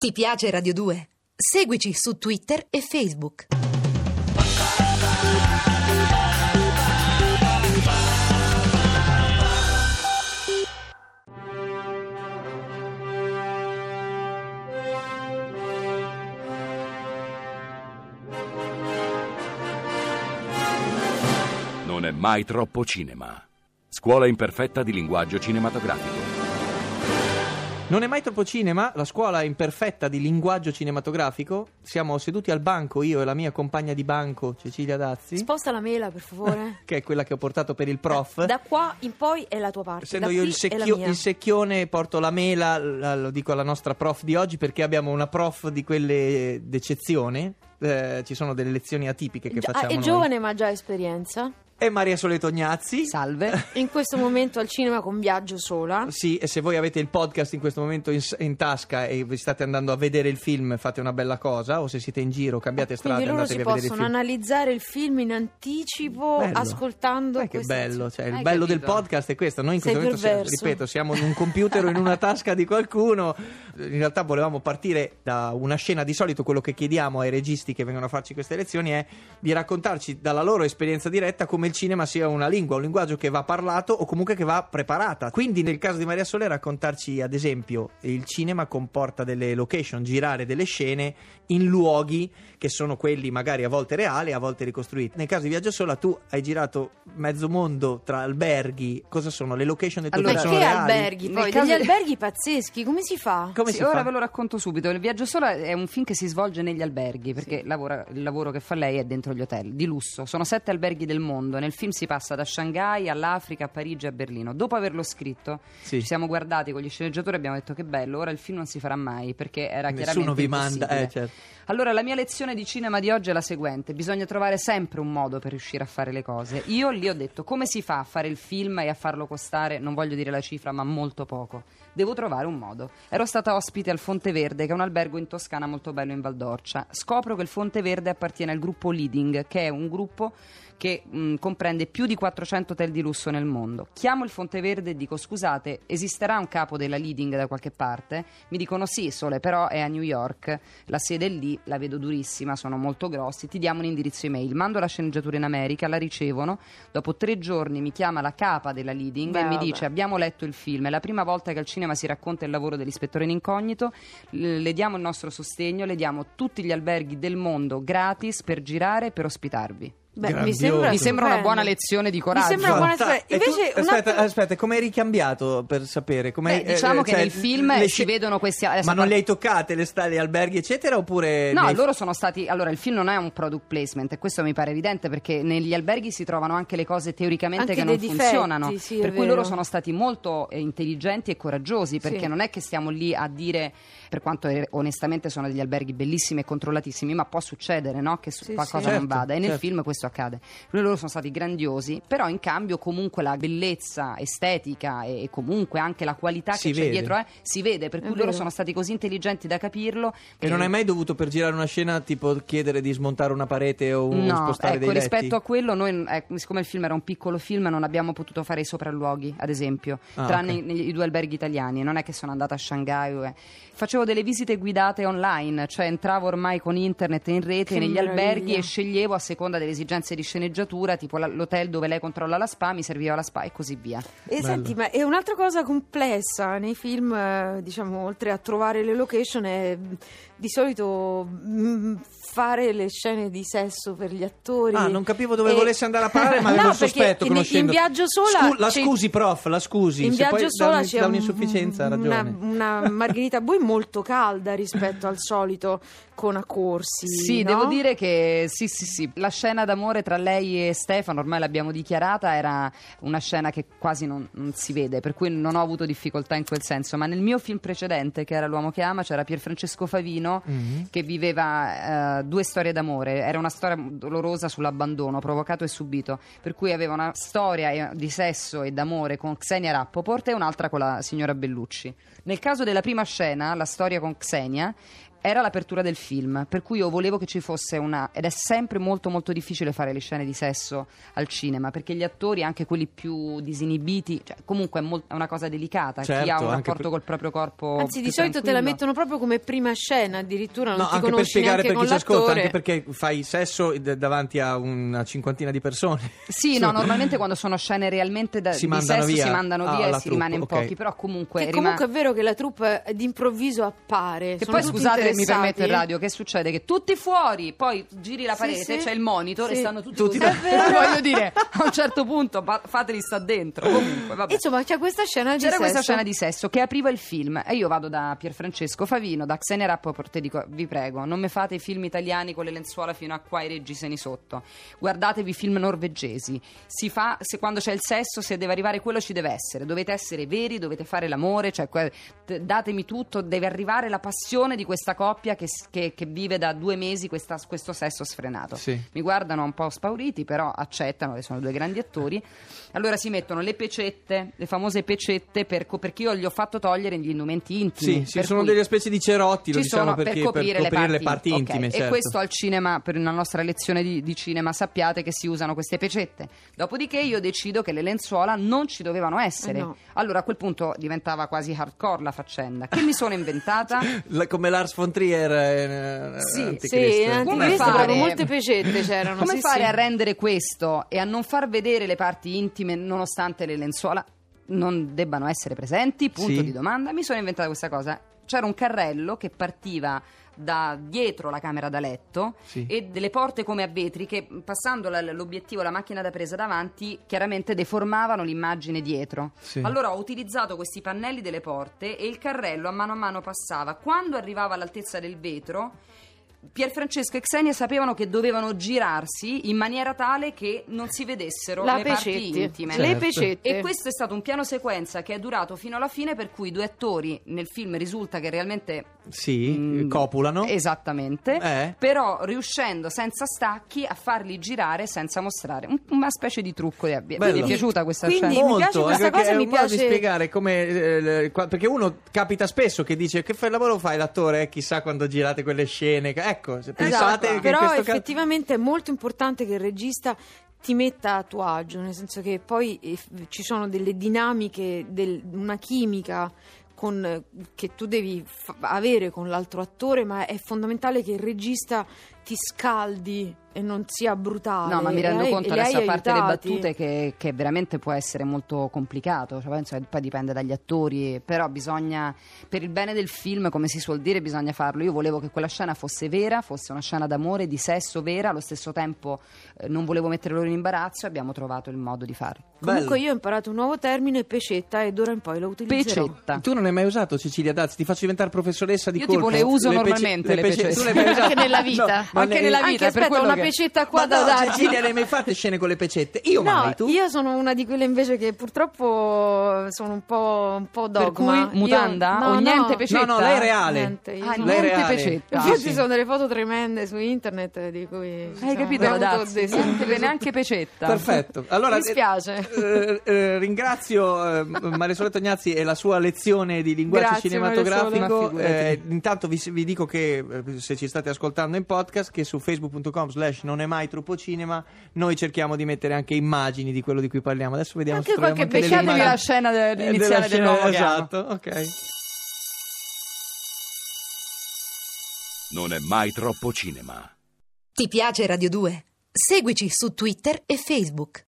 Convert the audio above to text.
Ti piace Radio 2? Seguici su Twitter e Facebook. Non è mai troppo cinema. Scuola imperfetta di linguaggio cinematografico. Non è mai troppo cinema, la scuola imperfetta di linguaggio cinematografico. Siamo seduti al banco, io e la mia compagna di banco, Cecilia Dazzi. Sposta la mela, per favore. Che è quella che ho portato per il prof. Da qua in poi è la tua parte. Essendo da io qui è la mia. il secchione, porto la mela, lo dico alla nostra prof di oggi, perché abbiamo una prof di quelle d'eccezione. Ci sono delle lezioni atipiche che facciamo È noi. giovane ma già esperienza. E Maria Sole Tognazzi. Salve. In questo momento al cinema con Viaggio sola. Sì, e se voi avete il podcast in questo momento in tasca e vi state andando a vedere il film, fate una bella cosa, o se siete in giro cambiate strada e Quindi loro andatevi si a vedere il possono film. analizzare il film in anticipo, Bello. ascoltando Che questa bello, cioè, il Hai bello del capito? podcast è questo. Noi in Sei questo momento siamo, perverso. ripeto, siamo in un computer o in una tasca di qualcuno. In realtà volevamo partire da una scena. Di solito quello che chiediamo ai registi che vengono a farci queste lezioni è di raccontarci dalla loro esperienza diretta come il cinema sia una lingua, un linguaggio che va parlato o comunque che va preparata. Quindi nel caso di Maria Sole raccontarci, ad esempio, il cinema comporta delle location, girare delle scene in luoghi che sono quelli magari a volte reali, a volte ricostruiti. Nel caso di Viaggio Sola tu hai girato mezzo mondo tra alberghi. Cosa sono le location del tuo Allora, Ma sono che reali? alberghi Nel poi? caso Degli di- alberghi pazzeschi, come si fa? Come Sì, si ora fa? ve lo racconto subito. Il Viaggio Sola è un film che si svolge negli alberghi, perché il lavoro che fa lei è dentro gli hotel di lusso. Sono 7 alberghi del mondo. Nel film si passa da Shanghai all'Africa, a Parigi, a Berlino. Dopo averlo scritto, Sì. ci siamo guardati con gli sceneggiatori e abbiamo detto che bello, ora il film non si farà mai, perché era Nessuno chiaramente vi manda, impossibile. certo. Allora la mia lezione di cinema di oggi è la seguente: bisogna trovare sempre un modo per riuscire a fare le cose. Io lì ho detto: come si fa a fare il film e a farlo costare, non voglio dire la cifra, ma molto poco? Devo trovare un modo. Ero stata ospite al Fonte Verde, che è un albergo in Toscana molto bello in Val d'Orcia. Scopro che il Fonte Verde appartiene al gruppo Leading, che è un gruppo che comprende più di 400 hotel di lusso nel mondo. Chiamo il Fonte Verde e dico: scusate, esisterà un capo della Leading da qualche parte? Mi dicono: sì, Sole, però è a New York, la sede è lì, la vedo durissima, sono molto grossi, ti diamo un indirizzo email. Mando la sceneggiatura in America, la ricevono, dopo 3 giorni mi chiama la capa della Leading e mi vabbè. dice: abbiamo letto il film, è la prima volta che al cinema si racconta il lavoro dell'ispettore in incognito, le diamo il nostro sostegno, le diamo tutti gli alberghi del mondo gratis per girare e per ospitarvi. Beh, Grandioso. Mi sembra una buona stupendo. lezione di coraggio. Mi sembra una buona storia. E tu- Invece un aspetta, altro- aspetta, come hai ricambiato per sapere? Com'è, Beh, diciamo che cioè, nel film le si vedono questi. adesso Ma non par- li hai toccate gli alberghi, eccetera? Oppure No, ne hai- loro sono stati. Allora, il film non è un product placement, e questo mi pare evidente, perché negli alberghi si trovano anche le cose teoricamente Anche che non dei difetti, funzionano. sì, è per cui vero. loro sono stati molto intelligenti e coraggiosi, perché Sì. non è che stiamo lì a dire, per quanto onestamente sono degli alberghi bellissimi e controllatissimi, ma può succedere, no? Che Sì, qualcosa sì. non vada. E nel Certo. film questo accade. Loro sono stati grandiosi, però in cambio comunque la bellezza estetica e comunque anche la qualità Si che c'è vede. dietro si vede, per È cui loro vero. sono stati così intelligenti da capirlo. E non hai mai dovuto, per girare una scena, tipo chiedere di smontare una parete o No, spostare ecco, dei letti? rispetto a quello noi, siccome il film era un piccolo film, non abbiamo potuto fare i sopralluoghi, ad esempio, Ah, tranne ok. negli 2 alberghi italiani. Non è che sono andata a Shanghai. Facevo delle visite guidate online, cioè entravo ormai con internet in rete Che negli meraviglia. alberghi e sceglievo a seconda delle esigenze di sceneggiatura, tipo l'hotel dove lei controlla la spa, mi serviva la spa e così via. E senti, ma è un'altra cosa complessa nei film, diciamo, oltre a trovare le location, è di solito fare le scene di sesso per gli attori. Ah, non capivo dove E- volesse andare a parare, ma avevo No, il sospetto, perché conoscendo. in Viaggio Sola La c'è- scusi, prof, la scusi. In Se poi Viaggio Sola da c'è un'insufficienza, ha ragione. una Margherita Bui molto calda rispetto al solito con Accorsi. Sì, no? devo dire che sì. La scena d'amore tra lei e Stefano, ormai l'abbiamo dichiarata, era una scena che quasi non si vede, per cui non ho avuto difficoltà in quel senso. Ma nel mio film precedente, che era L'uomo che ama, c'era Pierfrancesco Favino che viveva 2 storie d'amore. Era una storia dolorosa sull'abbandono provocato e subito, per cui aveva una storia di sesso e d'amore con Xenia Rappoport e un'altra con la signora Bellucci. Nel caso della prima scena, la storia con Xenia, era l'apertura del film, per cui io volevo che ci fosse ed è sempre molto molto difficile fare le scene di sesso al cinema, perché gli attori, anche quelli più disinibiti, cioè, comunque è una cosa delicata, certo, chi ha un anche rapporto col proprio corpo Anzi, più di solito te la tranquillo. mettono proprio come prima scena, addirittura non No, ti anche per conosci spiegare neanche per chi con ci ascolta, l'attore. anche perché fai sesso davanti a una cinquantina di persone. Sì, no, normalmente quando sono scene realmente Si di mandano sesso via. si mandano Ah, via e la si troupe, rimane in ok. pochi, però comunque Che comunque è vero che la troupe d'improvviso appare. Che sono poi tutti scusate, mi interessati. permetto il radio, che succede? Che tutti fuori, poi giri la Sì, parete, sì. c'è il monitor e Sì. stanno tutti Tutti così. da- È vero. Voglio dire, a un certo punto fateli sta dentro. Comunque, vabbè. Insomma, c'è questa scena di C'era sesso. questa scena di sesso che apriva il film e io vado da Pierfrancesco Favino, da Xenia Rapoport e dico: vi prego, non mi fate i film italiani con le lenzuola fino a qua, i reggiseni sotto, guardatevi film norvegesi. Si fa, se quando c'è il sesso, se deve arrivare quello ci deve essere, dovete essere veri, dovete fare l'amore, cioè datemi tutto, deve arrivare la passione di questa coppia che vive da 2 mesi questo sesso sfrenato. Sì. Mi guardano un po' spauriti, però accettano, che sono 2 grandi attori. Allora si mettono le pecette, le famose pecette, perché io gli ho fatto togliere gli indumenti intimi. Sì, per sono cui delle specie di cerotti, lo ci diciamo sono perché, per coprire, le parti Ok, intime. e certo. questo al cinema, per una nostra lezione di cinema, sappiate che si usano queste pecette. Dopodiché io decido che le lenzuola non ci dovevano essere. No. Allora a quel punto diventava quasi hardcore la faccenda. Che mi sono inventata? Come Lars von Trier Sì, Anticristo. Sì, in Come Anticristo fare? proprio molte pecette c'erano. Come sì, fare sì. a rendere questo e a non far vedere le parti intime nonostante le lenzuola non debbano essere presenti? Punto Sì. di domanda. Mi sono inventata questa cosa. C'era un carrello che partiva da dietro la camera da letto Sì. e delle porte come a vetri che, passando l'obiettivo, la macchina da presa davanti, chiaramente deformavano l'immagine dietro. Sì. Allora ho utilizzato questi pannelli delle porte e il carrello a mano passava. Quando arrivava all'altezza del vetro, Pierfrancesco e Xenia sapevano che dovevano girarsi in maniera tale che non si vedessero La le parti pecette. intime. Certo. Le pecette. E questo è stato un piano sequenza che è durato fino alla fine, per cui 2 attori nel film risulta che realmente Sì, copulano. esattamente, però riuscendo senza stacchi a farli girare senza mostrare una specie di trucco di avvio. Bello. Quindi è piaciuta questa Quindi scena? mi piace Molto, questa anche perché cosa, è mi un modo di piace- spiegare come perché uno capita spesso che dice: che lavoro fai l'attore? Chissà quando girate quelle scene. Ecco, se pensate Esatto, che in però questo caso effettivamente è molto importante che il regista ti metta a tuo agio, nel senso che poi ci sono delle dinamiche, una chimica che tu devi avere con l'altro attore, ma è fondamentale che il regista ti scaldi e non sia brutale. No, ma mi rendo conto e li adesso, hai a parte le aiutati. battute, che veramente può essere molto complicato, cioè, penso che poi dipende dagli attori, però bisogna, per il bene del film, come si suol dire, bisogna farlo. Io volevo che quella scena fosse vera, fosse una scena d'amore, di sesso vera, allo stesso tempo non volevo mettere loro in imbarazzo e abbiamo trovato il modo di farlo. Comunque Bello. io ho imparato un nuovo termine, pecetta, e d'ora in poi lo utilizzerò. Pecetta. Tu non hai mai usato, Cecilia Dazzi? Ti faccio diventare professoressa di Io colpo. tipo le uso pece- normalmente, le pecette. Tu le hai mai usate? Anche nella vita. ma Anche ne- nella Anche vita, è per aspetta, quello una che- pecetta qua Ma da no, darti. Cecilia, le hai mai fatte scene con le pecette? Io No, mai, tu? io sono una di quelle invece che purtroppo sono un po' dogma. cui mutanda? Io- O no, niente no, pecetta? No, lei è reale. Niente, io Ah, sono- lei è niente reale. pecetta. Sì, Infatti sì. sono delle foto tremende su internet di cui Hai capito, la abbiamo avuto Dazzi? dei Niente, neanche pecetta. Perfetto. Allora, Mi spiace. ringrazio Marisol Tognazzi e la sua lezione di linguaggio Grazie, cinematografico. Marisol. Ma figurati. Intanto vi dico che se ci state ascoltando in podcast, che su facebook.com/non è mai troppo cinema noi cerchiamo di mettere anche immagini di quello di cui parliamo. Adesso vediamo Anche se troviamo qualche anche delle Lasciatevi la immagini. scena iniziale del Della nuovo scena, piano. esatto, ok. Non è mai troppo cinema. Ti piace Radio 2? Seguici su Twitter e Facebook.